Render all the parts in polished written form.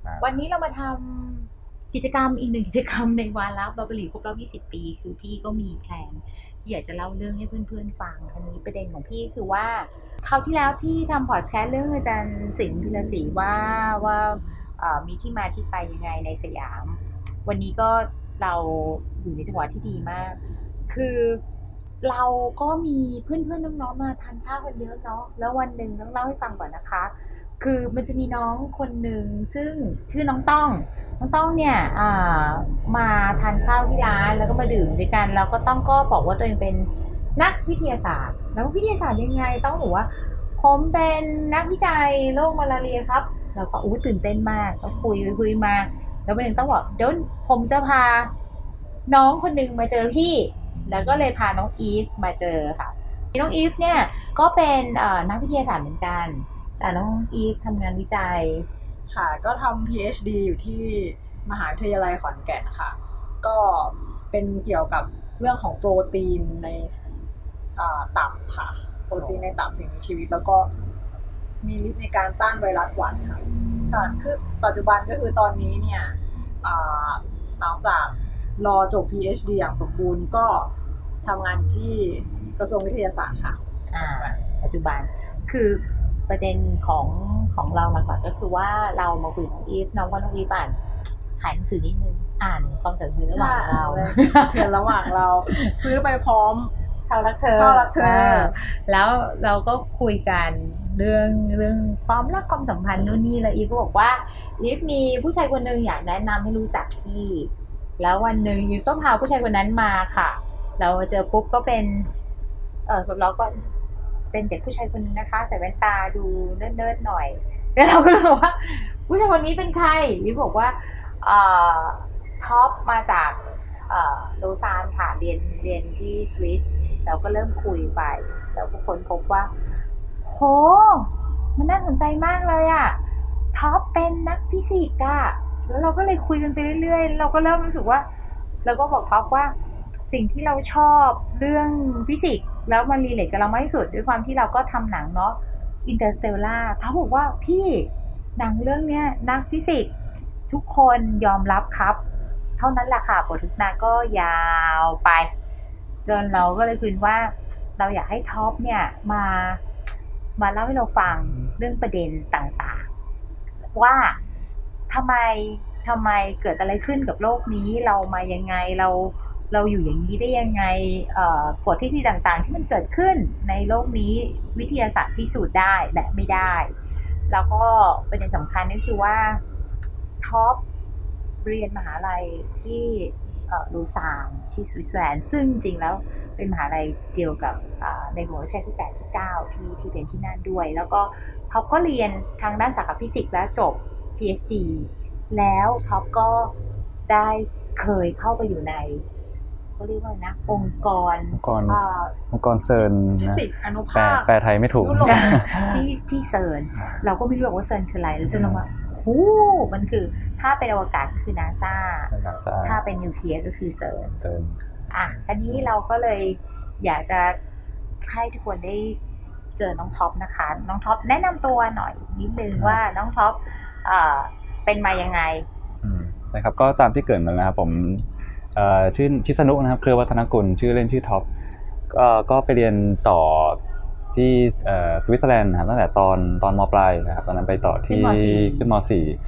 วันนี้เรามาทำกิจกรรมอีกหนึ่งกิจกรรมในวาระบับเบิลลี่ครบรอบ20 ปีคือพี่ก็มีแผนที่อยากจะเล่าเรื่องให้เพื่อนๆฟังอันนี้ประเด็นของพี่คือว่าคราวที่แล้วพี่ทำพอดแคสต์เรื่องอาจารย์สิงห์พิรศรีว่ามีที่มาที่ไปยังไงในสยามวันนี้ก็เราอยู่ในจังหวะที่ดีมากคือเราก็มีเพื่อนๆน้องๆมาทานข้าวกันเยอะเนาะแล้ววันหนึ่งต้องเล่าให้ฟังก่อนนะคะคือมันจะมีน้องคนหนึ่งซึ่งชื่อน้องต้องเนี่ยมาทานข้าวที่ร้านแล้วก็มาดื่มด้วยกันแล้วก็ต้องก็บอกว่าตัวเองเป็นนักวิทยาศาสตร์แล้ววิทยาศาสตร์ยังไงต้องบอกว่าผมเป็นนักวิจัยโรคมาลาเรียครับแล้วก็ตื่นเต้นมากก็คุยมาแล้ววันหนึ่งต้องบอกเดี๋ยวผมจะพาน้องคนหนึ่งมาเจอพี่แล้วก็เลยพาน้องอีฟมาเจอค่ะน้องอีฟเนี่ยก็เป็นนักวิทยาศาสตร์เหมือนกันแต่น้องอีฟทำงานวิจัยค่ะก็ทำ PhD อยู่ที่มหาวิทยาลัยขอนแก่นค่ะก็เป็นเกี่ยวกับเรื่องของโปรตีนในตับค่ะโปรตีนในตับสิ่งมีชีวิตแล้วก็มีฤทธิ์ในการต้านไวรัสหวัดค่ะคือปัจจุบันก็คือตอนนี้เนี่ยหลังจากรอจบ PhD อย่างสมบูรณ์ก็ทำงานอยู่ที่กระทรวงวิทยาศาสตร์ค่ะปัจจุบันคือประเด็นของเราหลักๆก็คือว่าเรามาคุยกับน้องอีฟน้องว่าน้องอีฟขายหนังสือนิดนึงอ่านความสัมพันธ์ระหว่างเราเทียนระหว่างเราซื้อไปพร้อมเท่ารักเธอแล้วเราก็คุยกันเรื่องความรักความสัมพันธ์นู่นนี่แล้วอีฟก็บอกว่าอีฟมีผู้ชายคนนึงอยากแนะนำให้รู้จักพี่แล้ววันนึงอีฟก็พาผู้ชายคนนั้นมาค่ะเราเจอปุ๊บก็เป็นเราก็เป็นเด็กผู้ชายคนนึงนะคะใส่แว่นตาดูเนิร์ดๆหน่อยแล้วเราก็เลยบอกว่าผู้ชายคนนี้เป็นใครอีฟบอกว่าท็อปมาจากโลซานค่ะเรียนที่สวิสเราก็เริ่มคุยไปแล้วก็ค้นพบว่าโหมันน่าสนใจมากเลยอะท็อปเป็นนักฟิสิกส์อะแล้วเราก็เลยคุยกันไปเรื่อยๆเราก็เริ่มรู้สึกว่าเราก็บอกท็อปว่าสิ่งที่เราชอบเรื่องฟิสิกส์แล้วมันรีเลทกับเรามากที่สุดด้วยความที่เราก็ทำหนังเนาะอินเตอร์สเตลล่าเขาบอกว่าพี่หนังเรื่องเนี้ยนักฟิสิกส์ทุกคนยอมรับครับเท่านั้นแหละค่ะบทสนทนาก็ยาวไปจนเราก็เลยคุยว่าเราอยากให้ท็อปเนี่ยมาเล่าให้เราฟังเรื่องประเด็นต่างๆว่าทำไมเกิดอะไรขึ้นกับโลกนี้เรามายังไงเราอยู่อย่างนี้ได้ยังไงกฎทฤษฎีต่างๆที่มันเกิดขึ้นในโลกนี้วิทยาศาสตร์พิสูจน์ได้และไม่ได้แล้วก็ประเด็นสำคัญก็คือว่าท็อปเรียนมหาลัยที่ลูซานที่สวิตเซอร์แลนด์ซึ่งจริงแล้วเป็นมหาลัยเดียวกับในหลวงรัชกาลที่8ที่9ที่เรียนที่นั่นด้วยแล้วก็ท็อปก็เรียนทางด้านสาขาฟิสิกส์และจบ PhD แล้วท็อปก็ได้เคยเข้าไปอยู่ในเขาเรียกว่านะองค์กรเซิร์นนะแปลไทยไม่ถูกที่เซิร์นเราก็ไม่รู้ว่าเซิร์นคืออะไรแล้วจนเราว่าโหมันคือถ้าเป็นอวกาศก็คือ NASA ถ้าเป็นนิวเคลียร์ก็คือเซิร์นอันนี้เราก็เลยอยากจะให้ทุกคนได้เจอน้องท็อปนะคะน้องท็อปแนะนำตัวหน่อยนิดนึงว่าน้องท็อปเป็นมายังไงนะครับก็ตามที่เกิดมาแล้วนะครับผมชื่อชิสนุนะครับเครือวัฒนกุลชื่อเล่นชื่อท็อปก็ไปเรียนต่อที่สวิตเซอร์แลนด์นะครับตั้งแต่ตอนม.ปลายนะครับตอนนั้นไปต่อที่ขึ้นม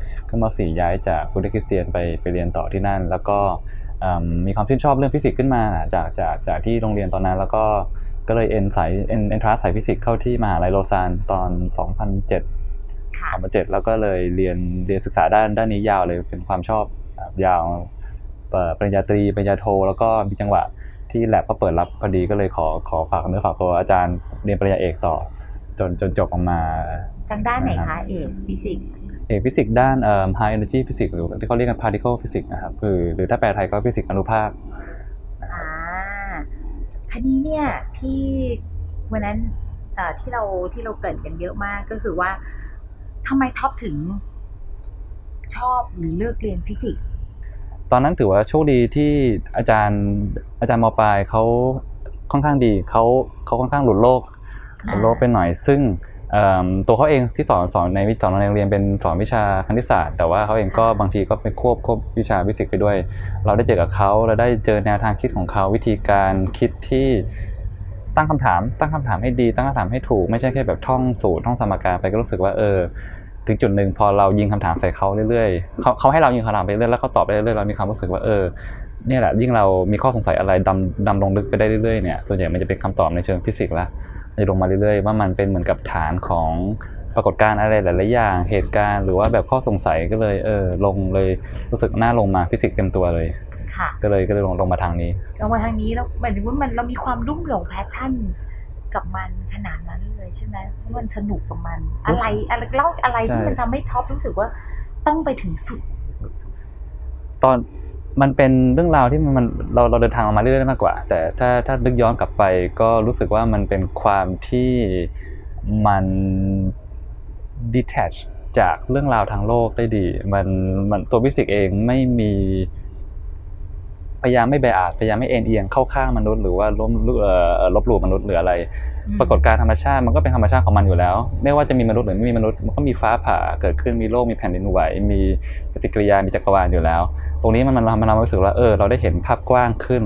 .4 ย้ายจากพุทธคริสเตียนไปเรียนต่อที่นั่นแล้วก็มีความชื่นชอบเรื่องฟิสิกส์ขึ้นมาจากที่โรงเรียนตอนนั้นแล้วก็เลยเอนทรานซ์สายฟิสิกส์เข้าที่มหาลัยโลซานตอน2007แล้วก็เลยเรียนศึกษาด้านนี้ยาวเลยเป็นความชอบยาวปริญญาตรีปริญญาโทแล้วก็มีจังหวะที่แลบก็เปิดรับพอดีก็เลยขอฝากเนื้อฝากตัวอาจารย์เรียนปริญญาเอกต่อจนจบออกมาทางด้านไหนคะเอกฟิสิกส์ด้านhigh energy physics หรือที่เขาเรียกกัน particle physics นะครับหรือถ้าแปลไทยก็ฟิสิกส์อนุภาคคดีเนี่ยพี่วันนั้นที่เราเกริ่นกันเยอะมากก็คือว่าทำไมท็อปถึงชอบหรือเลือกเรียนฟิสิกส์ตอนนั้นถือว่าโชคดีที่อาจารย์ม.ปลายเขาค่อนข้างดีเขาค่อนข้างหลุดโลกเป็นหน่อยซึ่งตัวเขาเองที่สอนในโรงเรียนเป็นสอนวิชาคณิตศาสตร์แต่ว่าเขาเองก็บางทีก็ไปควบวิชาฟิสิกส์ไปด้วยเราได้เจอกับเขาเราได้เจอแนวทางคิดของเขาวิธีการคิดที่ตั้งคำถามให้ดีตั้งคำถามให้ถูกไม่ใช่แค่แบบท่องสูตรท่องสมการไปก็รู้สึกว่าถึงจุดหนึ่งพอเรายิงคำถามใส่เขาเรื่อยๆเขาให้เรายิงคำถามไปเรื่อยแล้วเขาตอบไปเรื่อยเรามีความรู้สึกว่าเนี่ยแหละยิ่งเรามีข้อสงสัยอะไรดำลงลึกไปได้เรื่อยๆเนี่ยส่วนใหญ่มันจะเป็นคำตอบในเชิงฟิสิกส์ละจะลงมาเรื่อยๆว่ามันเป็นเหมือนกับฐานของปรากฏการณ์อะไรหลายๆอย่างเหตุการณ์หรือว่าแบบข้อสงสัยก็เลยลงเลยรู้สึกน่าลงมาฟิสิกส์เต็มตัวเลยก็เลยลงมาทางนี้ลงมาทางนี้แล้วหมายถึงว่าเรามีความรุ่มหลงแพชชั่นกับมันขนาดนั้นเลยใช่ไหมเพราะมันสนุกกับมันอะไรเล่าอะไรที่มันทำให้ท็อปรู้สึกว่าต้องไปถึงสุดตอนมันเป็นเรื่องราวที่มันเราเดินทางมาเรื่อยๆมากกว่าแต่ถ้านึกย้อนกลับไปก็รู้สึกว่ามันเป็นความที่มัน detach จากเรื่องราวทางโลกได้ดีมันตัวฟิสิกส์เองไม่มีพยายามไม่แบอาพยายามไม่เอ็นเอียงเข้าข้างมนุษย์หรือว่าลบหลู่มนุษย์หรืออะไรปรากฏการณ์ธรรมชาติมันก็เป็นธรรมชาติของมันอยู่แล้วไม่ว่าจะมีมนุษย์หรือไม่มีมนุษย์มันก็มีฟ้าผ่าเกิดขึ้นมีโลกมีแผ่นดินไหวมีปฏิกิริยามีจักรวาลอยู่แล้วตรงนี้มันเรารู้สึกว่าเราได้เห็นภาพกว้างขึ้น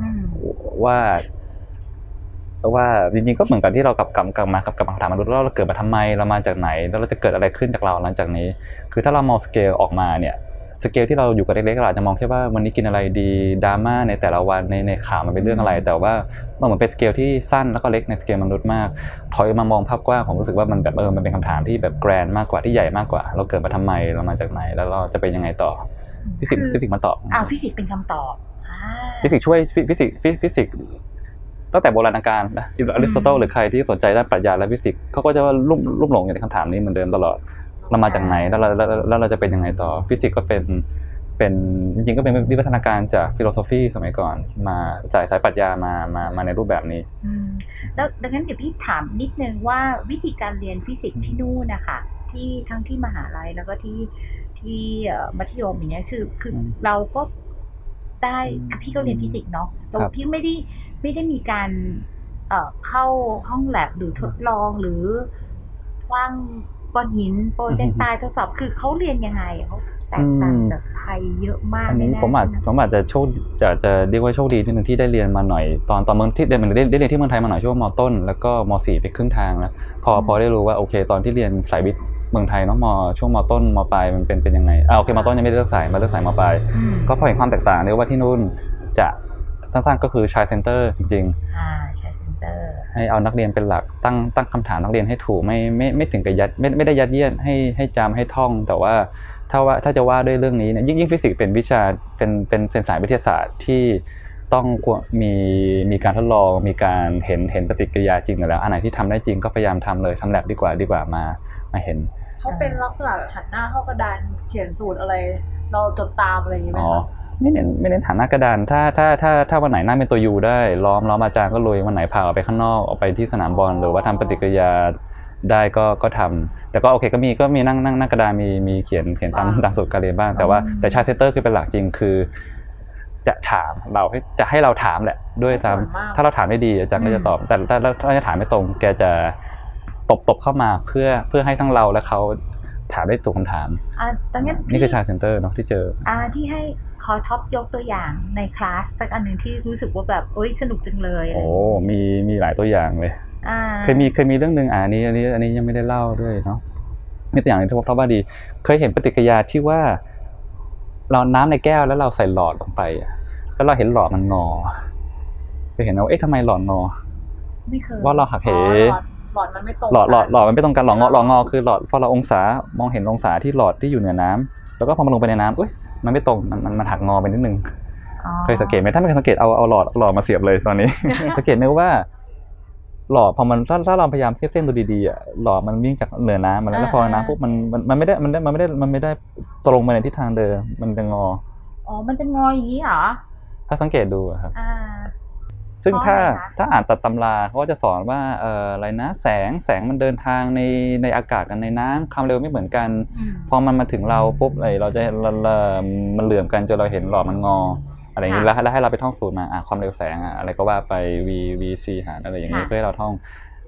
ว่าจริงๆก็เหมือนกันที่เรากลับมากับคำถามมนุษย์เราเกิดมาทำไมเรามาจากไหนแล้วเราจะเกิดอะไรขึ้นจากเราหลังจากนี้คือถ้าเรามองสเกลออกมาเนี่ยสเกลที่เราอยู่กับเล็กๆเราอาจจะมองแค่ว่าวันนี้กินอะไรดีดราม่าในแต่ละวันในข่าวมันเป็นเรื่องอะไรแต่ว่ามันเหมือนเป็นสเกลที่สั้นแล้วก็เล็กในสเกลมนุษย์มากถอยมามองภาพกว้างผมรู้สึกว่ามันแบบมันเป็นคำถามที่แบบแกรนด์มากกว่าที่ใหญ่มากกว่าเราเกิดมาทำไมเรามาจากไหนแล้วเราจะเป็นยังไงต่อฟิสิกส์มาตอบฟิสิกส์เป็นคำตอบฟิสิกส์ช่วยฟิสิกส์ตั้งแต่โบราณกาลนะอริสโตเติลหรือใครที่สนใจด้านปรัชญาและฟิสิกส์เขาก็จะว่าลุ่มหลงอยู่ในคำถามนี้เหมือนเดิมตลอดเรามาจากไหนแล้วเราจะเป็นยังไงต่อฟิสิกส์ก็เป็นจริงๆก็เป็นวิวัฒนาการจากฟิโลโซฟีสมัยก่อนมาสายปรัชญามาในรูปแบบนี้แล้วดังนั้นเดี๋ยวพี่ถามนิดนึงว่าวิธีการเรียนฟิสิกส์ที่นู่นนะคะที่ทั้งที่มหาลัยแล้วก็ที่มัธยมอย่างเงี้ยคือเราก็ได้พี่ก็เรียนฟิสิกส์เนาะแต่พี่ไม่ได้มีการเข้าห้องแลบหรือทดลองหรือคว้างก้อนหินโปรเจกต์ตายทดสอบคือเขาเรียนยังไงเขาแตกต่างจากไทยเยอะมากอันนี้ผมอาจจะจะเรียกว่าโชคดีนิดนึงที่ได้เรียนมาหน่อยตอนเมืองที่ได้เรียนที่เมืองไทยมาหน่อยช่วงม.ต้นแล้วก็ม.4ไปครึ่งทางแล้วพอได้รู้ว่าโอเคตอนที่เรียนสายวิทย์เมืองไทยเนาะช่วงม.ต้นม.ปลายมันเป็นยังไงโอเคม.ต้นยังไม่ได้เลือกสายมาเลือกสายม.ปลายก็พอเห็นความแตกต่างเลยว่าที่นู่นจะสั้นๆก็คือชายเซ็นเตอร์จริงชายเซ็นเตอร์ให้เอานักเรียนเป็นหลักตั้งคำถามนักเรียนให้ถูกไม่ถึงกับไม่ได้ยัดเยียดให้จำให้ท่องแต่ว่าถ้าจะว่าด้วยเรื่องนี้เนี่ยยิ่งฟิสิกส์เป็นวิชาเป็นสายวิทยาศาสตร์ที่ต้องมีการทดลองมีการเห็นปฏิกิริยาจริงอยู่แล้วอันไหนที่ทำได้จริงก็พยายามทำเลยทำแลบดีกว่ามาเห็นเขาเป็นลักษณะหันหน้าเข้ากระดานเขียนสูตรอะไรเราจดตามอะไรอย่างนี้ไหมไม่เน้นฐานหน้ากระดานถ้าวันไหนหน้าเป็นตัวยูได้ล้อมอาจารย์ก็ลุยวันไหนพาออกไปข้างนอกออกไปที่สนามบอลหรือว่าทำปฏิกิริยาได้ก็ทำแต่ก็โอเคก็มีนั่งกระดานมีเขียนตามสูตรการเรียนบ้างแต่ชาร์ตเซนเตอร์คือเป็นหลักจริงคือจะถามเราจะให้เราถามแหละด้วยตามถ้าเราถามได้ดีอาจารย์ก็จะตอบแต่ถ้าจะถามไม่ตรงแกจะตบเข้ามาเพื่อให้ทั้งเราและเขาถามได้ถูกคำถามนี่คือชาร์ตเซนเตอร์เนาะที่เจอที่ให้ขอท็อปยกตัวอย่างในคลาสสักอันหนึ่งที่รู้สึกว่าแบบสนุกจังเลยโอ้มีหลายตัวอย่างเลยเคยมีเรื่องนึงอันนี้ยังไม่ได้เล่าด้วยเนาะมีตัวอย่างนึงที่ท็อปว่าดีเคยเห็นปฏิกิริยาที่ว่าเราน้ำในแก้วแล้วเราใส่หลอดลงไปแล้วเราเห็นหลอดมันงอเคยเห็นว่าทำไมหลอดงอไม่เคยว่าเราหักเหหลอดมันไม่ตรงหลอดมันไม่ตรงกันหลอดงอคือหลอดพอเราองศามองเห็นองศาที่หลอดที่อยู่เหนือน้ำแล้วก็พอมันลงไปในน้ำมันไม่ตรงมันหักงอไปนิดนึงเคยสังเกตไหมถ้าไม่เคยสังเกตเอาหลอดมาเสียบเลยตอนนี้ สังเกตไหมว่าหลอดพอมันถ้าเราพยายามเทียบเส้นดูดีๆหลอดมันวิ่งจากเหนือน้ำมาแล้วพอน้ำปุ๊บมันไม่ได้ตรงไปในทิศทางเดิมมันจะงอมันจะงออย่างนี้เหรอถ้าสังเกตดูครับซึ่งถ้าอ่านตัดตำราเขาก็จะสอนว่าอะไรนะแสงมันเดินทางในอากาศกันในน้ำความเร็วไม่เหมือนกันพอมันมาถึงเราปุ๊บเราจะมันเหลื่อมกันจนเราเห็นหลอดมันงออะไรอย่างนี้แล้วให้เราไปท่องสูตรมาความเร็วแสงอะไรก็ว่าไป v c หารอะไรอย่างนี้เพื่อให้เราท่อง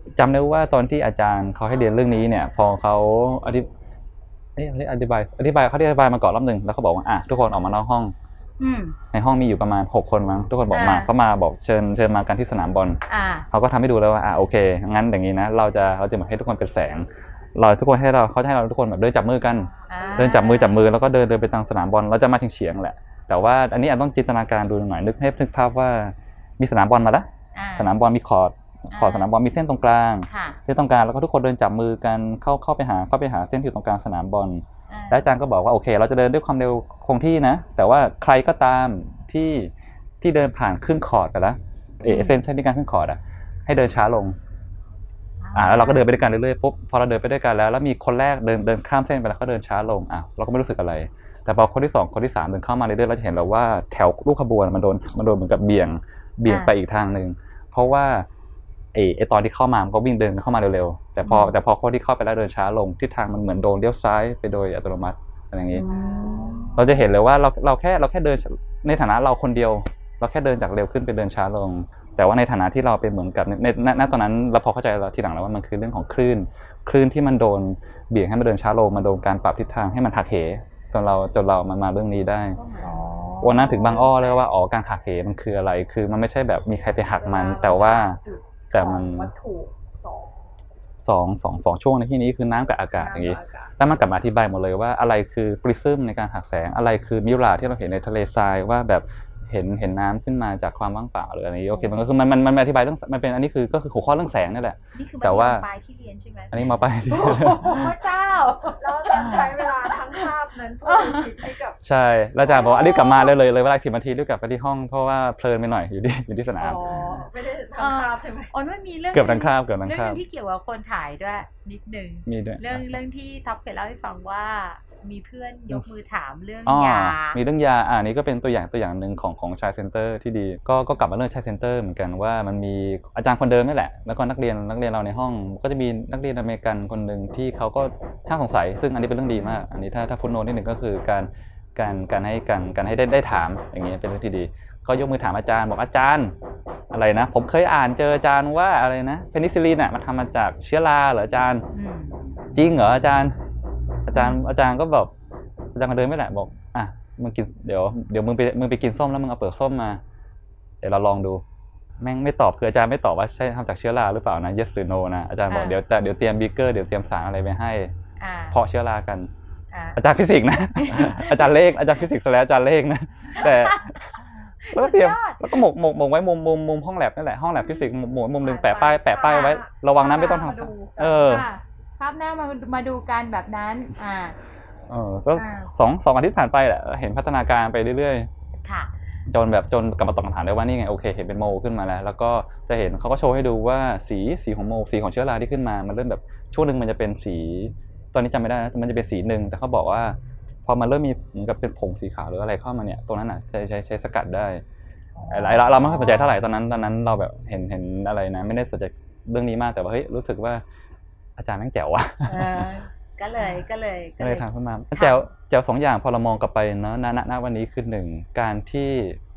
จำได้ว่าตอนที่อาจารย์เขาให้เรียนเรื่องนี้เนี่ยพอเขาอธิบายมาก่อนรอบนึงแล้วเขาบอกว่าทุกคนออกมานอกห้องในห้องมีอยู่ประมาณ6คนมั้งทุกคนบอกมาเขามาบอกเชิญมากันที่สนามบอลเขาก็ทำให้ดูแล้วว่าโอเคงั้นอย่างนี้นะเราจะเหมือนให้ทุกคนเป็นแสงทุกคนเขาจะให้เราทุกคนแบบเดินจับมือกันเดินจับมือแล้วก็เดินไปทางสนามบอลเราจะมาเฉียงๆแหละแต่ว่าอันนี้อาจต้องจินตนาการดูหน่อยนึกภาพว่ามีสนามบอลมาแล้วสนามบอลมีคอร์ดสนามบอลมีเส้นตรงกลางเส้นตรงกลางแล้วก็ทุกคนเดินจับมือกันเข้าไปหาเส้นที่อยู่ตรงกลางสนามบอลและอาจารย์ก็บอกว่าโอเคเราจะเดินด้วยความเร็วคงที่นะแต่ว่าใครก็ตามที่เดินผ่านครึ่งคอร์ดไปแล้วเส้นที่การครึ่งคอร์ดให้เดินช้าลงแล้วเราก็เดินไปด้วยกันเรื่อยๆปุ๊บพอเราเดินไปด้วยกันแล้วมีคนแรกเดินข้ามเส้นไปแล้วก็เดินช้าลงเราก็ไม่รู้สึกอะไรแต่พอคนที่2คนที่3เดินเข้ามาเรื่อยๆเราจะเห็นแล้วว่าแถวลูกขบวนมันโดนเหมือนกับเบี่ยงไปอีกทางนึงเพราะว่าไอตอนที่เข้ามามันก็วิ่งเดินเข้ามาเร็วๆแต่พอคนที่เข้าไปแล้วเดินช้าลงทิศทางมันเหมือนโดนเลี้ยวซ้ายไปโดยอัตโนมัติอะไรอย่างนี้เราจะเห็นเลยว่าเราแค่เดินในฐานะเราคนเดียวเราแค่เดินจากเร็วขึ้นไปเดินช้าลงแต่ว่าในฐานะที่เราเป็นเหมือนกับในตอนนั้นเราพอเข้าใจเราทีหลังแล้วว่ามันคือเรื่องของคลื่นที่มันโดนเบี่ยงให้มันเดินช้าลงมันโดนการปรับทิศทางให้มันหักเหจนเรามาเรื่องนี้ได้วันนั้นถึงบางอ้อเลยว่าการหักเหมันคืออะไรคือมันไม่ใช่แบบมีใครไปหักมันแต่มันวัตถุสองช่วงในที่นี้คือน้ำกับอากาศอย่างนี้แต่มันกลับมาอธิบายหมดเลยว่าอะไรคือปริซึมในการหักแสงอะไรคือมิราที่เราเห็นในทะเลทรายว่าแบบเห็นน้ำขึ้นมาจากความว่างเปล่าหรืออะไรนี้โอเคมันก็คือมันอธิบายเรื่องมันเป็นอันนี้ก็คือหัวข้อเรื่องแสงนี่แหละแต่ว่าปลายที่เรียนใช่ไหมอันนี้มาปลายที่พระเจ้าแล้วใช้เวลาทั้งคาบนั้นเพื่อคิดให้กับใช่แล้วอาจารย์บอกอันนี้กลับมาเลยเวลา10 นาทีรีบกลับไปที่ห้องเพราะว่าเพลินไปหน่อยอยู่ที่สนามไม่ได้ทั้งคาบใช่ไหมมันมีเรื่องเกือบทั้งคาบเรื่องที่เกี่ยวกับคนถ่ายด้วยนิดนึงมีด้วยเรื่องที่ท็อปเคยเล่าให้ฟังว่ามีเพื่อนยกมือถามเรื่องยามีเรื่องยานี่ก็เป็นตัวอย่างนึงของชายเซ็นเตอร์ที่ดีก็กลับมาเรื่องชายเซ็นเตอร์เหมือนกันว่ามันมีอาจารย์คนเดิมนี่แหละแล้วก็นักเรียนเราในห้องก็จะมีนักเรียนอเมริกันคนนึงที่เขาก็ช่างสงสัยซึ่งอันนี้เป็นเรื่องดีมากอันนี้ถ้าฟุตโนตนิดนึงก็คือการให้ได้ถามอย่างเงี้ยเป็นเรื่องที่ดีก็ยกมือถามอาจารย์บอกอาจารย์อะไรนะผมเคยอ่านเจออาจารย์ว่าอะไรนะเพนิซิลลินมันทำมาจากเชื้อราเหรออาจารย์จริงเหรออาจารย์ก็แบบอาจารย์ก็เดินไม่แหละบอกมึงกินเดี๋ยวมึงไปกินส้มแล้วมึงเอาเปลือกส้มมาเดี๋ยวเราลองดูแม่งไม่ตอบคืออาจารย์ไม่ตอบว่าใช่ทำจากเชื้อราหรือเปล่านะ yes หรือ no นะอาจารย์บอกเดี๋ยวเตรียมบีเกอร์เดี๋ยวเตรียมสารอะไรไปให้เพาะเชื้อรากันอาจารย์ฟิสิกส์นะอาจารย์ฟิสิกส์แล้วอาจารย์เลขนะแต่แล้วก็เตรียมแล้วก็หมกไว้มุมห้องแลบนั่นแหละห้องแลบฟิสิกส์มุมนึงแปะป้ายไว้ระวังนะไม่ต้องทำภาพหน้ามาดูกันแบบนั้นก็สองอาทิตย์ผ่านไปแหละเห็นพัฒนาการไปเรื่อยๆค่ะจนกลับมาตอบคำถามได้ว่านี่ไงโอเคเห็นเป็นโมขึ้นมาแล้วก็จะเห็นเขาก็โชว์ให้ดูว่าสีของโมสีของเชื้อราที่ขึ้นมามันเริ่มแบบช่วงนึงมันจะเป็นสีตอนนี้จำไม่ได้นะมันจะเป็นสีนึงแต่เขาบอกว่าพอมันเริ่มมีเหมือนกับเป็นผงสีขาวหรืออะไรเข้ามาเนี่ยตรงนั้นใช้สกัดได้เราไม่ค่อยสนใจเท่าไหร่ตอนนั้นเราแบบเห็นอะไรนะไม่ได้สนใจเรื่องนี้มากแต่ว่าเฮ้ยรู้สึกว่าอาจารย์แม่งแจ๋วว่ะก็เลยทำขึ้นมาแจ๋ว2อย่างพอเรามองกลับไปเนาะณวันนี้คือ1การที่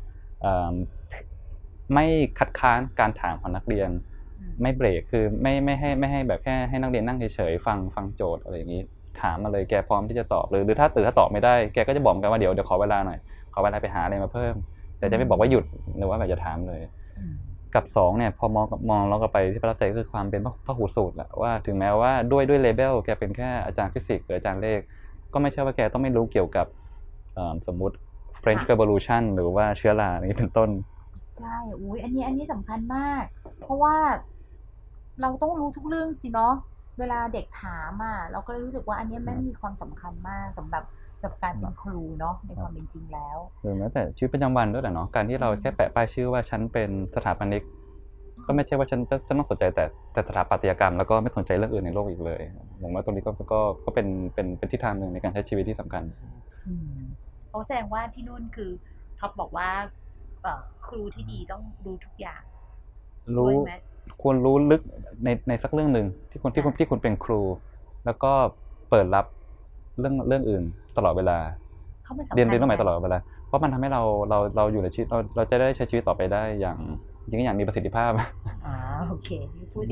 ไม่คัดค้านการถามของนักเรียนไม่เบรกคือไม่ให้แบบแค่ให้นักเรียนนั่งเฉยๆฟังโจทย์อะไรอย่างนี้ถามมาเลยแกพร้อมที่จะตอบหรือถ้าตอบไม่ได้แกก็จะบอกกันว่าเดี๋ยวขอเวลาหน่อยขอเวลาไปหาอะไรมาเพิ่มแต่จะไม่บอกว่าหยุดหรือว่าแบบจะถามเลยกับ2เนี่ยพอมองเราก็ไปที่ประทับใจคือความเป็นพหูสูตรแหละว่าถึงแม้ว่าด้วยเลเบลแกเป็นแค่อาจารย์ฟิสิกส์หรืออาจารย์เลขก็ไม่ใช่ว่าแกต้องไม่รู้เกี่ยวกับสมมุติ French Revolution หรือว่าเชื้อรานี้เป็นต้นใช่อุ้ยอันนี้สำคัญมากเพราะว่าเราต้องรู้ทุกเรื่องสิเนาะเวลาเด็กถามเราก็รู้สึกว่าอันนี้มันมีความสำคัญมากสำหรับการเป็นครูเนาะในความเป็นจริงแล้วหรือแม้แต่ชีวิตประจำวันด้วยแหละเนาะการที่เราแค่แปะป้ายชื่อว่าฉันเป็นสถาปนิกก็ไม่ใช่ว่าฉันต้องสนใจแต่สถาปัตยกรรมแล้วก็ไม่สนใจเรื่องอื่นในโลกอีกเลยผมว่าตรงนี้ก็เป็นทิศทางนึงในการใช้ชีวิตที่สำคัญเขาแสดงว่าที่นู่นคือท็อปบอกว่าครูที่ดีต้องรู้ทุกอย่างควรรู้ลึกในสักเรื่องนึงที่คุณเป็นครูแล้วก็เปิดรับเรื่องอื่นตลอดเวลาเรียนรู้ใหม่ตลอดเวลาเพราะมันทำให้เราอยู่ในชีวิตเราจะได้ใช้ชีวิตต่อไปได้อย่างจริงๆอย่างมีประสิทธิภาพโอเคพูดถึง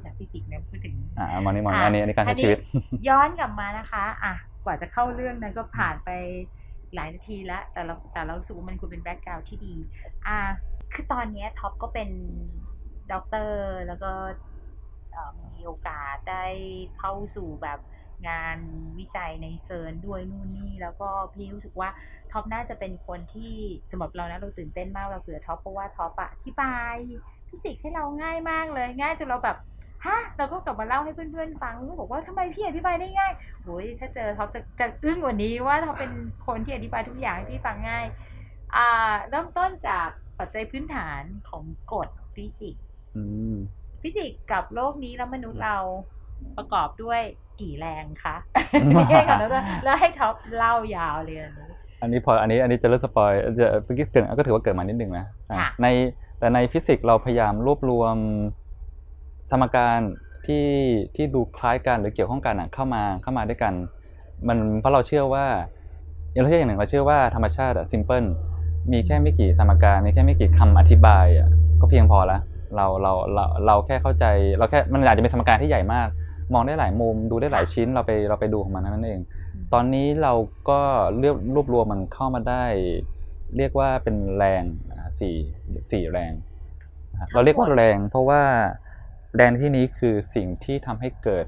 จากฟิสิกส์เนี่ยพูดถึงมอนี่อันนี้การใช้ชีวิตย้อนกลับมานะคะกว่าจะเข้าเรื่องนั้นก็ผ่านไปหลายนาทีแล้วแต่เรารู้สึกว่ามันควรเป็นแบ็คกราวด์ที่ดีคือตอนนี้ท็อปก็เป็นด็อกเตอร์แล้วก็มีโอกาสได้เข้าสู่แบบงานวิจัยในเซิร์นด้วยนู่นนี่แล้วก็พี่รู้สึกว่าท็อปน่าจะเป็นคนที่สำหรับเรานะเราตื่นเต้นมากเราเผื่อท็อปเพราะว่าท็อปอธิบายฟิสิกส์ให้เราง่ายมากเลยง่ายจนเราแบบเราก็กลับมาเล่าให้เพื่อนๆฟังแล้วบอกว่าทำไมพี่อธิบายได้ง่ายโอ้ยถ้าเจอท็อปจะอึ้งกว่านี้ว่าท็อปเป็นคนที่อธิบายทุกอย่างให้พี่ฟังง่ายเริ่มต้นจากปัจจัยพื้นฐานของกฎฟิสิกส์ฟิสิกส์กับโลกนี้แล้วมนุษย์เราประกอบด้วยกี่แรงคะนี่ก่อนแล้วให้ท็อปเล่ายาวเลยอันนี้จะเริ่มสปอยจะเมื่อกี้ก็ถือว่าเกิดมานิดนึงนะแต่ในฟิสิกส์เราพยายามรวบรวมสมการที่ดูคล้ายกันหรือเกี่ยวข้องกันเข้ามาด้วยกันมันเพราะเราเชื่อว่าอย่างหนึ่งเราเชื่อว่าธรรมชาติซิมเพิลมีแค่ไม่กี่สมการมีแค่ไม่กี่คำอธิบายก็เพียงพอแล้วเราแค่เข้าใจเราแค่มันอาจจะเป็นสมการที่ใหญ่มากมองได้หลายมุมดูได้หลายชิ้นเราไปดูของมันนั่นเองตอนนี้เราก็รวบรวมมันเข้ามาได้เรียกว่าเป็นแรงสี่แรงเราเรียกว่าแรงเพราะว่าแรงที่นี้คือสิ่งที่ทำให้เกิด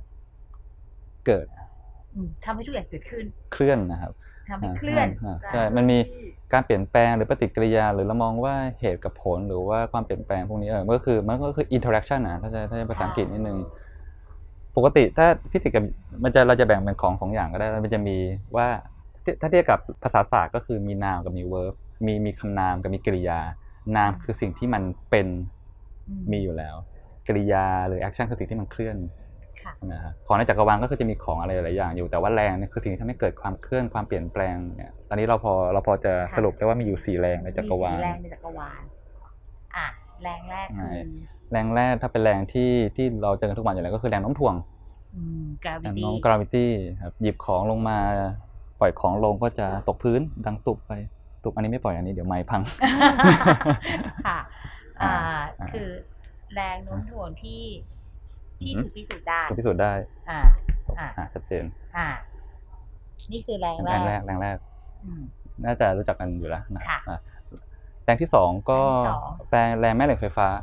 ทำให้ทุกอย่างเกิดขึ้นเคลื่อนนะครับทำให้เคลื่อนใช่มันมีการเปลี่ยนแปลงหรือปฏิกิริยาหรือเรามองว่าเหตุกับผลหรือว่าความเปลี่ยนแปลงพวกนี้มันก็คือ interaction ถ้าภาษาอังกฤษนิดนึงปกติถ้าฟิสิกส์เราจะแบ่งเป็นของ2อย่างก็ได้มันจะมีว่าถ้าเทียบกับภาษาศาสตร์ก็คือมี noun กับมี verb มีคำนามกับมีกริยา noun คือสิ่งที่มันเป็นมีอยู่แล้วกริยาหรือ action คือสิ่งที่มันเคลื่อนนะครับของในจักรวาลก็คือจะมีของอะไรหลายอย่างอยู่แต่ว่าแรงเนี่ยคือสิ่งที่ทำให้เกิดความเคลื่อนความเปลี่ยนแปลงเนี่ยตอนนี้เราพอจะสรุปได้ว่ามีอยู่4แรงในจักรวาลมี4แรงในจักรวาลแรงแรกคือแรงแรกถ้าเป็นแรงที่เราเจอกันทุกวันอยู่แล้วก็คือแรงโน้มถ่วงgravity ครับหยิบของลงมาปล่อยของลงก็จะตกพื้นดังตุบไปตุบอันนี้ไม่ปล่อยอันนี้เดี๋ยวไมค์พังค่ะคือแรงโน้มถ่วงที่ถูกพิสูจน์ได้ชัดเจนนี่คือแรงแรกน่าจะรู้จักกันอยู่แล้วนะแรงที่2ก็แรงแม่เหล็กไฟฟ้า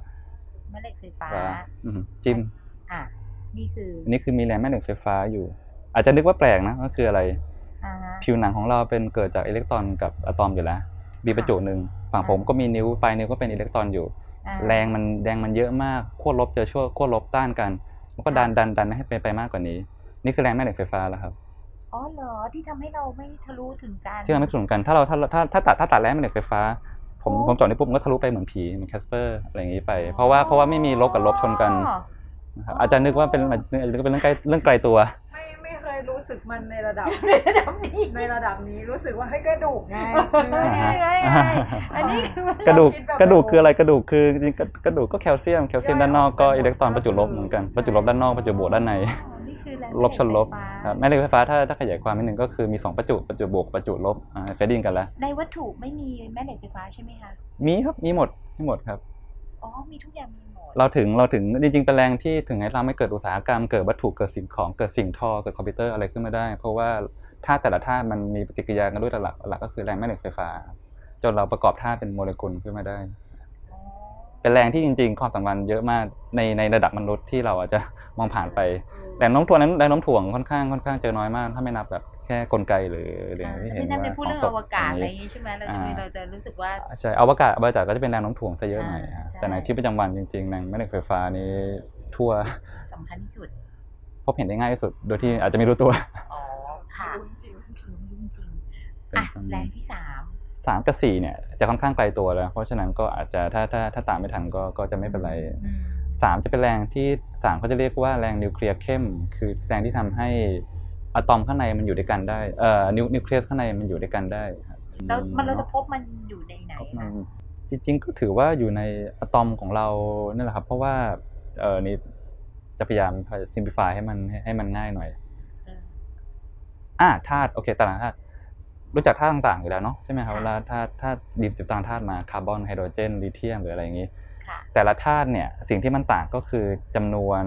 จิ้มนี่คือมีแรงแม่เหล็กไฟฟ้าอยู่อาจจะนึกว่าแปลกนะก็คืออะไรผิวหนังของเราเป็นเกิดจากอิเล็กตรอนกับอะตอมอยู่แล้วมีประจุหนึ่งฝั่งผมก็มีนิ้วปลายนิ้วก็เป็นอิเล็กตรอนอยู่แรงมันเยอะมากขั้วลบเจอขั้วลบต้านกันมันก็ดันให้ไปมากกว่านี้นี่คือแรงแม่เหล็กไฟฟ้าแล้วครับอ๋อเหรอที่ทำให้เราไม่ทะลุถึงกันที่เราไม่ทะลุกันถ้าตัดแรงแม่เหล็กไฟฟ้าผมจอดในปุ๊บมันก็ทะลุไปเหมือนผีเหมือนแคสเปอร์อะไรอย่างนี้ไปเพราะว่าไม่มีลบกับลบชนกันนะครับอาจจะนึกว่าเป็นเรื่องไกลตัวไม่เคยรู้สึกมันในระดับนี้รู้สึกว่าให้กระดูกไงอันนี้คือกระดูกคืออะไรกระดูกคือจริงๆกระดูกก็แคลเซียมด้านนอกก็อิเล็กตรอนประจุลบเหมือนกันประจุลบด้านนอกประจุบวกด้านในลบชนลบแม่เหล็กไฟฟ้าถ้าขยายความนิดนึงก็คือมี2ประจุบวกประจุลบเคยได้ยินกันแล้วในวัตถุไม่มีแม่เหล็กไฟฟ้าใช่ไหมคะมีครับมีหมดครับมีทุกอย่างมีหมดเราถึงจริงๆเป็นแรงที่ถึงให้ทำให้เกิดอุตสาหกรรมเกิดวัตถุเกิดสิ่งของเกิดสิ่งทอเกิดคอมพิวเตอร์อะไรขึ้นมาได้เพราะว่าธาตุแต่ละธาตุมันมีปฏิกิริยากันด้วยหลักก็คือแรงแม่เหล็กไฟฟ้าจนเราประกอบธาตุเป็นโมเลกุลขึ้นมาได้เป็นแรงที่จริงๆความสำคัญเยอะมากในระดับมนุษย์ที่เราอาจจะมองผ่านไปแรงโน้มถ่วงนั้นแรงโน้มถ่วงค่อนข้างเจอน้อยมากถ้าไม่นับแบบแค่กลไกหรือที่เห็นว่าพูดเรื่องอวกาศอะไรอย่างนี้ใช่ไหมเราจะรู้สึกว่าใช่อวกาศก็จะเป็นแรงโน้มถ่วงซะเยอะหน่อยแต่ในชีวิตประจำวันจริงๆแรงแม่เหล็กไฟฟ้านี้ทั่วสำคัญที่สุดพบเห็นได้ง่ายที่สุดโดยที่อาจจะไม่รู้ตัวค่ะจริงแรงที่ 3กับ4เนี่ยจะค่อนข้างไกลตัวแล้วเพราะฉะนั้นก็อาจจะถ้าตามไม่ทันก็จะไม่เป็นไร3จะเป็นแรงที่3เขาจะเรียกว่าแรงนิวเคลียร์เข้มคือแรงที่ทำให้อะตอมข้างในมันอยู่ด้วยกันได้นิวเคลียสข้างในมันอยู่ด้วยกันได้ครับแล้วเราจะพบมันอยู่ในไหนคะจริงๆก็ถือว่าอยู่ในอะตอมของเรานั่นแหละครับเพราะว่านี่จะพยายามซิมพลิฟายให้มันง่ายหน่อยธาตุโอเคตารางธาตุรู้จักธาตุต่างๆอยู่แล้วเนาะใช่ไหมครับเวลาธาตุดิบติดตามธาตุมาคาร์บอนไฮโดรเจนลิเธียมหรืออะไรอย่างนี้ค่ะแต่ละธาตุเนี่ยสิ่งที่มันต่างก็คือจำนวน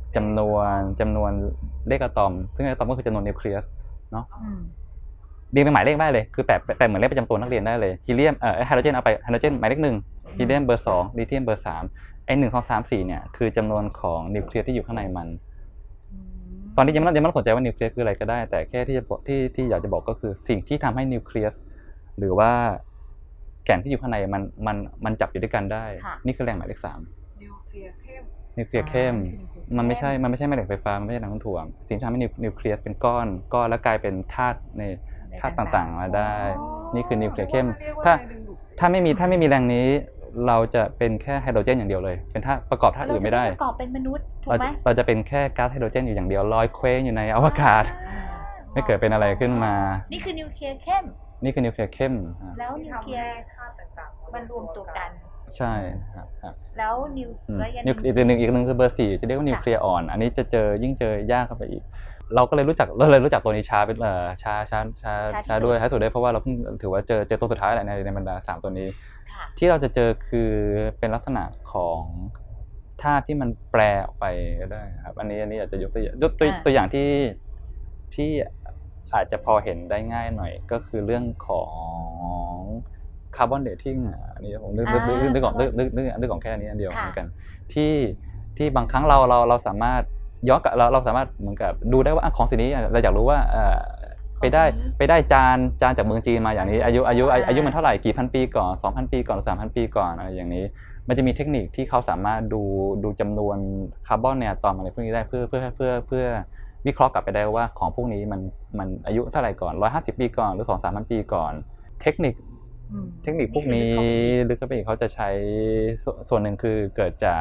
เลขอะตอมซึ่งเลขอะตอมก็คือจำนวนนิวเคลียสเนาะอืมเรียงเป็นหมายเลขได้เลยคือแปะเหมือนเลขประจำตัวนักเรียนได้เลยฮีเลียมไฮโดรเจนเอาไปไฮโดรเจนหมายเลข1ฮีเลียมเบอร์2ลิเธียมเบอร์3ไอ้1 2 3 4เนี่ยคือจำนวนของนิวเคลียสที่อยู่ข้างในมันตอนนี้ยังไม่ต้องสนใจว่านิวเคลียสคืออะไรก็ได้แต่แค่ที่จะบอกที่อยากจะบอกก็คือสิ่งที่ทำให้นิวเคลียสหรือว่าแก่นที่อยู่ข้างในมันจับอยู่ด้วยกันได้นี่คือแรงหมายเลข3 นิวเคลียร์เข้มมันไม่ใช่แม่เหล็กไฟฟ้ามันไม่ใช่น้ำถ่วงสิ่งที่ทำให้นิวเคลียสเป็นก้อนแล้วกลายเป็นธาตุในธาตุต่างๆมาได้นี่คือนิวเคลียร์เข้มถ้าไม่มีแรงนี้เราจะเป็นแค่ไฮโดรเจนอย่างเดียวเลยเป็นธาตุประกอบธาตุอื่นไม่ได้ประกอบเป็นมนุษย์ถูกไหมเราจะเป็นแค่ก๊าซไฮโดรเจนอยู่อย่างเดียวลอยเคว้งอยู่ในอวกาศไม่เกิดเป็นอะไรขึ้นมานี่คือนิวเคลียร์เข้มแล้วนิวเคลียร์ธาตุต่างๆมันรวมตัวกันใช่ครับแล้วอีกหนึ่งคือเบอร์4จะเรียกว่านิวเคลียร์อ่อนอันนี้จะยิ่งเจอยากเข้าไปอีกเราก็เลยรู้จักตัวนี้ช้าเป็นช้าด้วยท้ายสุดได้เพราะว่าเราเพิ่งถือว่าเจอตัวสุดท้ายแหละในบรรดา3ตัวนี้ที่เราจะเจอคือเป็นลักษณะของธาตุที่มันแปรออกไปก็ได้ครับอันนี้อาจจะยกตัวอย่างที่อาจจะพอเห็นได้ง่ายหน่อยก็คือเรื่องของคาร์บอนเดทติ้งอันนี้ผมนึกของแค่นี้อันเดียวเหมือนกันที่บางครั้งเราสามารถย้อนกับเราสามารถเหมือนกับดูได้ว่าของสิ่งนี้เราอยากรู้ว่าไปได้จานจากเมืองจีนมาอย่างนี้อายุมันเท่าไหร่กี่พันปีก่อน 2,000 ปีก่อน 3,000 ปีก่อนอะไรอย่างนี้มันจะมีเทคนิคที่เขาสามารถดูจำนวนคาร์บอนในอะตอมอะไรพวกนี้ได้เพื่อวิเคราะห์กลับไปได้ว่าของพวกนี้มันอายุเท่าไหร่ก่อน150 ปีก่อนหรือ 2-3,000 ปีก่อนเทคนิคพวกนี้ลึกเข้าไปอีกเขาจะใช้ส่วนหนึ่งคือเกิดจาก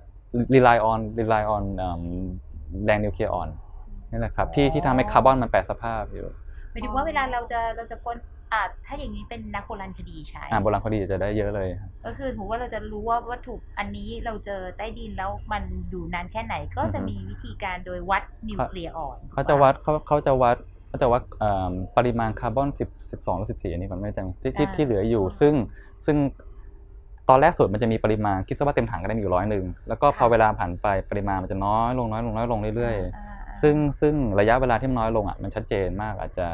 rely on แรงนิวเคลียร์อ่อนนี่แหละครับที่ทำให้คาร์บอนมันแปรสภาพอยู่หมายถึงว่าเวลาเราจะค้นถ้าอย่างนี้เป็นนักโบราณคดีใช้โบราณคดีจะได้เยอะเลยก็คือถือว่าเราจะรู้ว่าวัตถุอันนี้เราเจอใต้ดินแล้วมันอยู่นานแค่ไหนก็จะมีวิธีการโดยวัดนิวเคลียร์อ่อนเขาจะวัดปริมาณคาร์บอน12หรือ14อันนี้ผมไม่แน่ใจที่เหลืออยู่ซึ่งตอนแรกสุดมันจะมีปริมาณคิดว่าเต็มถังก็ได้มีอยู่100แล้วก็พอเวลาผ่านไปปริมาณมันจะน้อยลงเรื่อยๆซึ่งระยะเวลาที่น้อยลงมันชัดเจนมากอาจจะ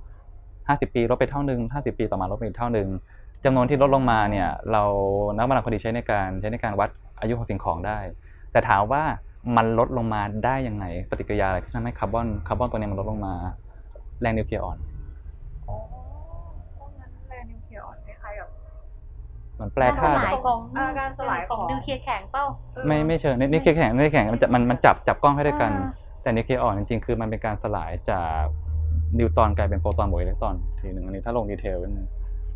50 ปีลดไปเท่านึง50 ปีต่อมาลดไปอีกเท่านึงจำนวนที่ลดลงมาเนี่ยเรานักโบราณคดีใช้ในการวัดอายุของสิ่งของได้แต่ถามว่ามันลดลงมาได้ยังไงปฏิกิริยาอะไรที่ทำให้คาร์บอนตัวนี้มันลดลงมาแรงนิวเคลียร์อ่อนเพราะงั้นแรงนิวเคลียร์อ่อนคล้ายๆกับมันแปรธาตุการสลายของนิวเคลียร์แข็งเปล่าไม่เชิงนิวเคลียร์แข็งมันจับกล้องให้ด้วยกันแต่นิวเคลียร์อ่อนจริงๆคือมันเป็นการสลายจากนิวตรอนกลายเป็นโปรตอนบวกอิเล็กตรอนทีนึงอันนี้ถ้าลงดีเทลนิดนึง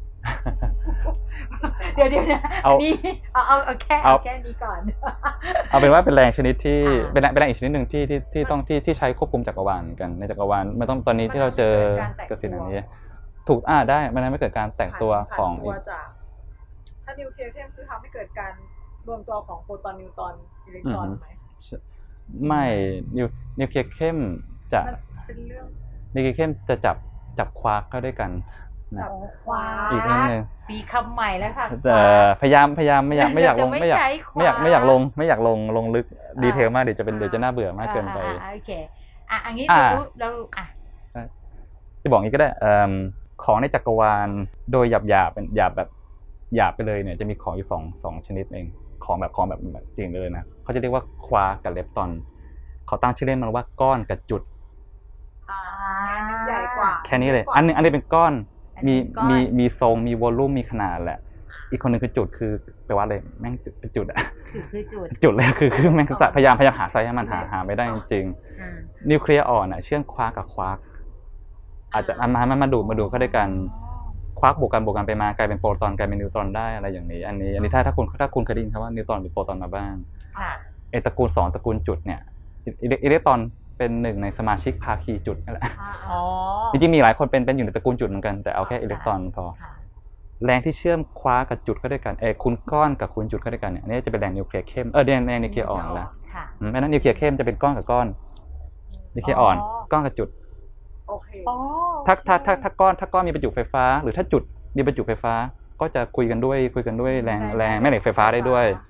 เดี๋ยวนะอันนี้เอาแค่นี้ก่อนเอาเป็นว่าเป็นแรงชนิดที่เป็นแรงอีกชนิดนึงที่ใช้ควบคุมจักรวาลกันในจักรวาลไม่ต้องตอนนี้ที่เราเจอกับสิ่งนี้ถูกได้มันทำให้เกิดการแตกตัวของถ้านิวเคลียร์เข้มคือทำให้เกิดการรวมตัวของโปรตอนนิวตรอนอิเล็กตรอนไหมไม่นิวเคลียร์เข้มจะเป็นเรื่องนิวเคลียร์เข้มจะจับควาร์กเข้าด้วยกันจับควาร์กอีกนิดนึงปีคำใหม่แล้วค่ะพยายามไม่อยากลงไม่อยากลงลึกดีเทลมากเดี๋ยวจะน่าเบื่อมากเกินไปโอเคอันนี้เราจะบอกงี้ก็ได้ของในจักรวาลโดยหยาบไปเลยเนี่ยจะมีของอยู่2ชนิดเองของแบบจริงเลยนะเขาจะเรียกว่าควาร์กกับเลปตอนเขาตั้งชื่อเล่นมันว่าก้อนกับจุดใหญ่กว่าแค่นี้เลยอันนึงเป็นก้อนมีทรงมีวอลลุ่มมีขนาดแหละอีกคนนึงคือจุดคือแปลว่าอะไรแม่งเป็นจุดอะจุดเลยคือแม่งพยายามหาไซส์ให้มันหาไม่ได้จริงๆนิวเคลียร์อ่อนอะเชื่อมควาร์กกับควาร์กอาจจะมาดูเข้าด้วยกันควาร์กบวกกันไปมากลายเป็นโปรตอนกลายเป็นนิวตรอนได้อะไรอย่างนี้อันนี้ถ้าคุณเคยได้ยินคำว่านิวตรอนหรือโปรตอนมาบ้างตระกูล2ตระกูลจุดเนี่ยอิเล็กตรอนเป็นหนึ่งในสมาชิกภาคีจุดนั่นแหละจริงๆมีหลายคนเป็นอยู่ในตระกูลจุดเหมือนกันแต่เอาแค่อิเล็กตรอนพอแรงที่เชื่อมควาร์กกับจุดเข้าด้วยกันคุณก้อนกับคุณจุดเข้าด้วยกันเนี่ยนี่จะเป็นแรงนิวเคลียร์เข้มแรงนิวเคลียร์อ่อนแล้วเพราะนั้นนิวเคลียร์เข้มจะเป็นก้อนกับก้อนนิวเคลียร์อ่อนก้อนกับจุดโอเคถ้าก้อนมีประจุไฟฟ้าหรือถ้าจุดมีประจุไฟฟ้าก็จะคุยกันด้วยแรงแม่เหล็กไฟฟ้าได้ด้วย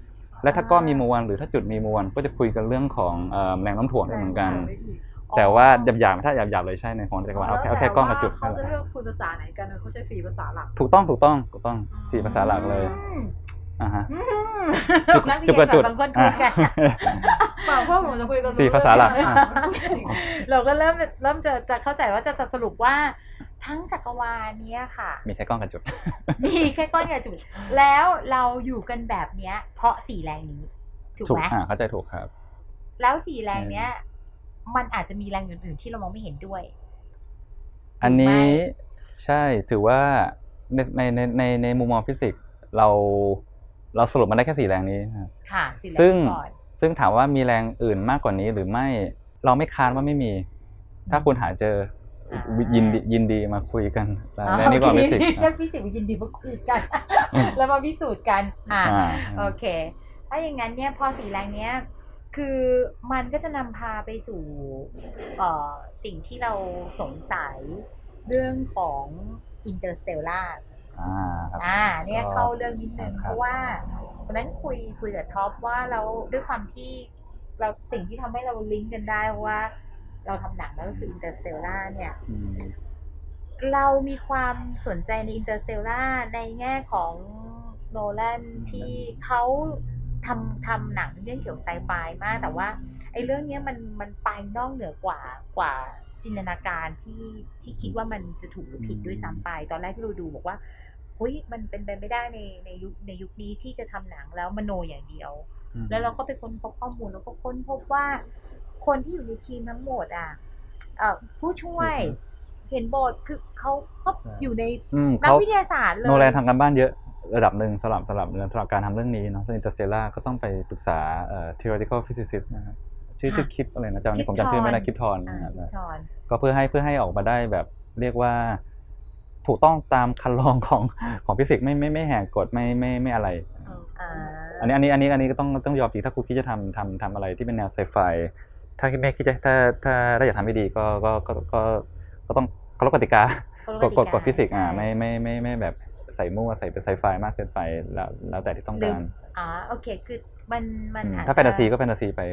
และถ้าก้อนมีมวลหรือถ้าจุดมีมวลก็จะคุยกันเรื่องของแรงโน้มถ่วงเหมือนกันแต่ว่าหยาบๆถ้าหยาบๆเลยใช่ในของจักรวาลเอาแค่ก้อนกับจุดเขาจะเลือกคุยภาษาไหนกันเขาใช้4ภาษาหลักถูกต้อง4ภาษาหลักเลยฮะจุดกับจุดเปล่าพ่อผมจะคุยกัน 4ภาษาหลักเราก็เริ่มจะเข้าใจว่าจะสรุปว่าทั้งจักรวาลนี้ค่ะมีแค่ก้อนกับจุดมีแค่ก้อนกับจุดแล้วเราอยู่กันแบบเนี้ยเพราะ4แรงนี้ถูกไหมเข้าใจถูกครับแล้ว4แรงเนี้ยมันอาจจะมีแรงอื่นๆที่เรามองไม่เห็นด้วยอันนี้ใช่ถือว่าในมุมมองฟิสิกส์เราสรุปมาได้แค่4แรงนี้ค่ะซึ่งถามว่ามีแรงอื่นมากกว่านี้หรือไม่เราไม่ค้านว่าไม่มีถ้าคุณหาเจอยินดีมาคุยกันและนี่ก็ฟิสิกส์ยินดีมาคุยกันแล้วมาพิสูจน์กันโอเคถ้าอย่างนั้นเนี่ยพอ4แรงเนี้ยคือมันก็จะนำพาไปสู่สิ่งที่เราสงสัยเรื่องของอินเตอร์สเตลล่าเนี่ยเข้าเรื่องนิดนึงเพราะว่าวันนั้นคุยกับท็อปว่าเราด้วยความที่เราสิ่งที่ทำให้เราลิงก์กันได้ว่าเราทำหนังแล้วก็คืออินเตอร์สเตลล่าเนี่ยเรามีความสนใจในอินเตอร์สเตลล่าในแง่ของโนแลนที่เขาทำหนังเรื่องเกี่ยวกับไซไฟมากแต่ว่าไอ้เรื่องนี้มันไปนอกเหนือกว่าจินตนาการที่คิดว่ามันจะถูกหรือผิดด้วยซ้ำไปตอนแรกที่เราดูบอกว่าเฮ้ยมันเป็นไปไม่ได้ในยุคนี้ที่จะทำหนังแล้วมโนอย่างเดียวแล้วเราก็ไปค้นพบข้อมูลแล้วก็ค้นพบว่าคนที่อยู่ในทีมทั้งหมดผู้ช่วยเห็นบทคือเขาอยู่ในนักวิทยาศาสตร์เลยโนแลนทำการบ้านเยอะระดับหนึ่งสำหรับการทำเรื่องนี้เนาะอินเตอร์สเตลล่าก็ต้องไปปรึกษาtheoretical physicist นะครับชื่อคลิปอะไรนะจำผมจำชื่อไม่ได้คลิปทอนก็เพื่อให้ออกมาได้แบบเรียกว่าถูกต้องตามคันลองของฟิสิกส์ไม่แหกกฎไม่อะไรอันนี้ก็ต้องยอมถ้าคุณคิดจะทำอะไรที่เป็นแนวไซไฟถ้าไม่คิดจะถ้าอยากทำให้ดีก็ต้องเคารพกติกากฎฟิสิกส์ไม่แบบใส่มั่วใส่เป็นไซไฟมากเกินไปแล้วแต่ที่ต้องการโอเคคือมันถ้าแฟนตาซีก็แฟนตาซีไป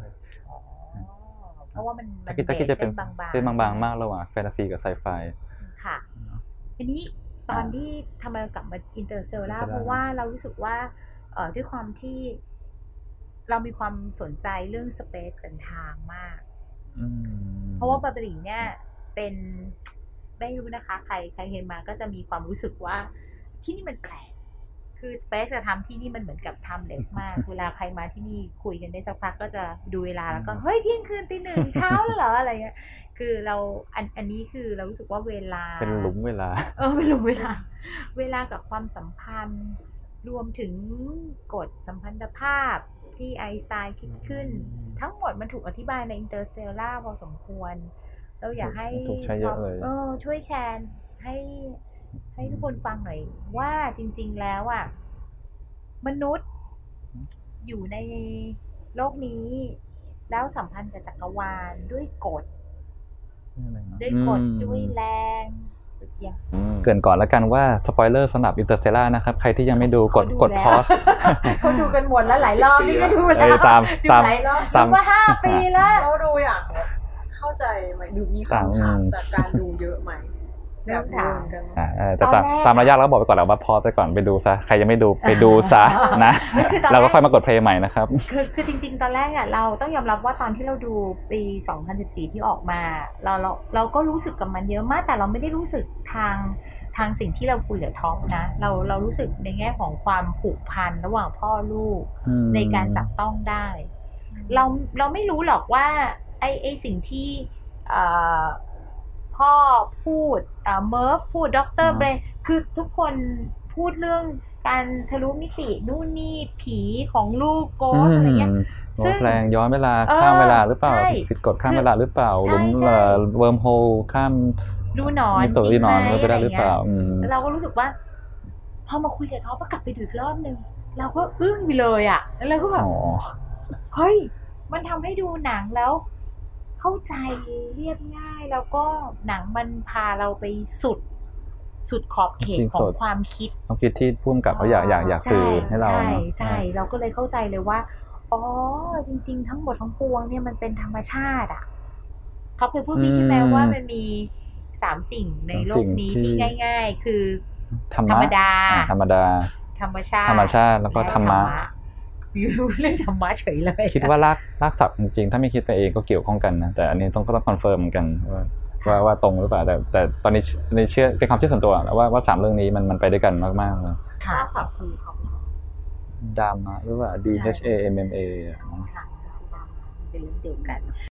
เพราะว่ามันคิดจะเป็นบางๆมากระหว่างแฟนตาซีกับไซไฟค่ะทีนี้ตอนที่ทำไมกลับมาอินเตอร์สเตลล่าเพราะว่าเรารู้สึกว่าด้วยความที่เรามีความสนใจเรื่องสเปซกันทางมากเพราะว่าบาบลีเนี่ยเป็นไม่รู้นะคะใครเห็นมาก็จะมีความรู้สึกว่าที่นี่มันแปลกคือสเปซจะทำที่นี่มันเหมือนกับทำเลสมากเวลาใครมาที่นี่คุยกันได้สักพักก็จะดูเวลาแล้วก็เฮ้ยเที่ยงคืนตีหนึ่งเช้าแล้วเหรออะไรเงี้ยคือเราอันนี้คือเรารู้สึกว่าเวลาเป็นหลุมเวลาเป็นหลุมเวลากับความสัมพันธ์รวมถึงกฎสัมพันธภาพที่ไอน์สไตน์คิดขึ้นทั้งหมดมันถูกอธิบายในอินเตอร์สเตลล่าพอสมควรเราอยากให้ช่วยแชร์ให้ทุกคนฟังหน่อยว่าจริงๆแล้วมนุษย์อยู่ในโลกนี้แล้วสัมพันธ์กับจักรวาลด้วยกฎด้วยแรงเกินก่อนแล้วกันว่าสปอยเลอร์สำหรับอินเตอร์สเตลล่านะครับใครที่ยังไม่ดูกดพอสเขาดูกันหมดแล้วหลายรอบนี่ก็ดูแล้วตามว่า5 ปีแล้วเราดูอย่างเข้าใจไหมดูมีคำถามจากการดูเยอะไหมแบบถามกันแต่ตามระยะเราบอกไปก่อนแล้วว่าพอไปก่อนไปดูซะใครยังไม่ดูไปดูซะนะเราก็ค่อยมากดเพลย์ใหม่นะครับคือจริงๆตอนแรกเราต้องยอมรับว่าตอนที่เราดูปี2014ที่ออกมาเราก็รู้สึกกับมันเยอะมากแต่เราไม่ได้รู้สึกทางสิ่งที่เราคุยกับท็อปนะเรารู้สึกในแง่ของความผูกพันระหว่างพ่อลูกในการจับต้องได้เราไม่รู้หรอกว่าไอ้สิ่งที่พ่อพูดเมิร์ฟพูดด็อกเตอร์เบรนคือทุกคนพูดเรื่องการทะลุมิตินู่นนี่ผีของลูกโกสอะไรเงี้ยซึ่งแรงย้อนเวลาข้ามเวลาหรือเปล่าผิดกฎข้ามเวลาหรือเปล่าหลุมเวิร์มโฮลข้ามรูหนอนจริงไหมไปได้หรือเปล่าเราก็รู้สึกว่าพอมาคุยกับเขาก็กลับไปดูอีกรอบนึงเราก็อึ้งไปเลยแล้วเราก็แบบเฮ้ยมันทำให้ดูหนังแล้วเข้าใจเรียบง่ายแล้วก็หนังมันพาเราไปสุดสุดขอบเขตของความคิดต้องคิดที่พุ่มกับเขาอยากสื่อให้เราใช่เราก็เลยเข้าใจเลยว่าอ๋อจริงๆทั้งหมดทั้งปวงเนี่ยมันเป็นธรรมชาติอ่ะเขาเคยพูดพี่ใช่ไหมว่ามันมี3 สิ่งในโลกนี้ที่ง่ายๆคือธรรมดาธรรมชาติแล้วก็ธรรมะรู้เรื่องธรรมะเฉยเลยคิดว่ารากศัพท์จริงๆถ้าไม่คิดไปเองก็เกี่ยวข้องกันนะแต่อันนี้ก็ต้องคอนเฟิร์มกันว่าตรงหรือเปล่าแต่ตอนนี้ในเชื่อเป็นความเชื่อส่วนตัวว่า3เรื่องนี้มันไปด้วยกันมากๆเลยค่ะค่ะคือเขาดามะหรือว่า DHAMMA ค่ะเป็นเรื่องเดียวกัน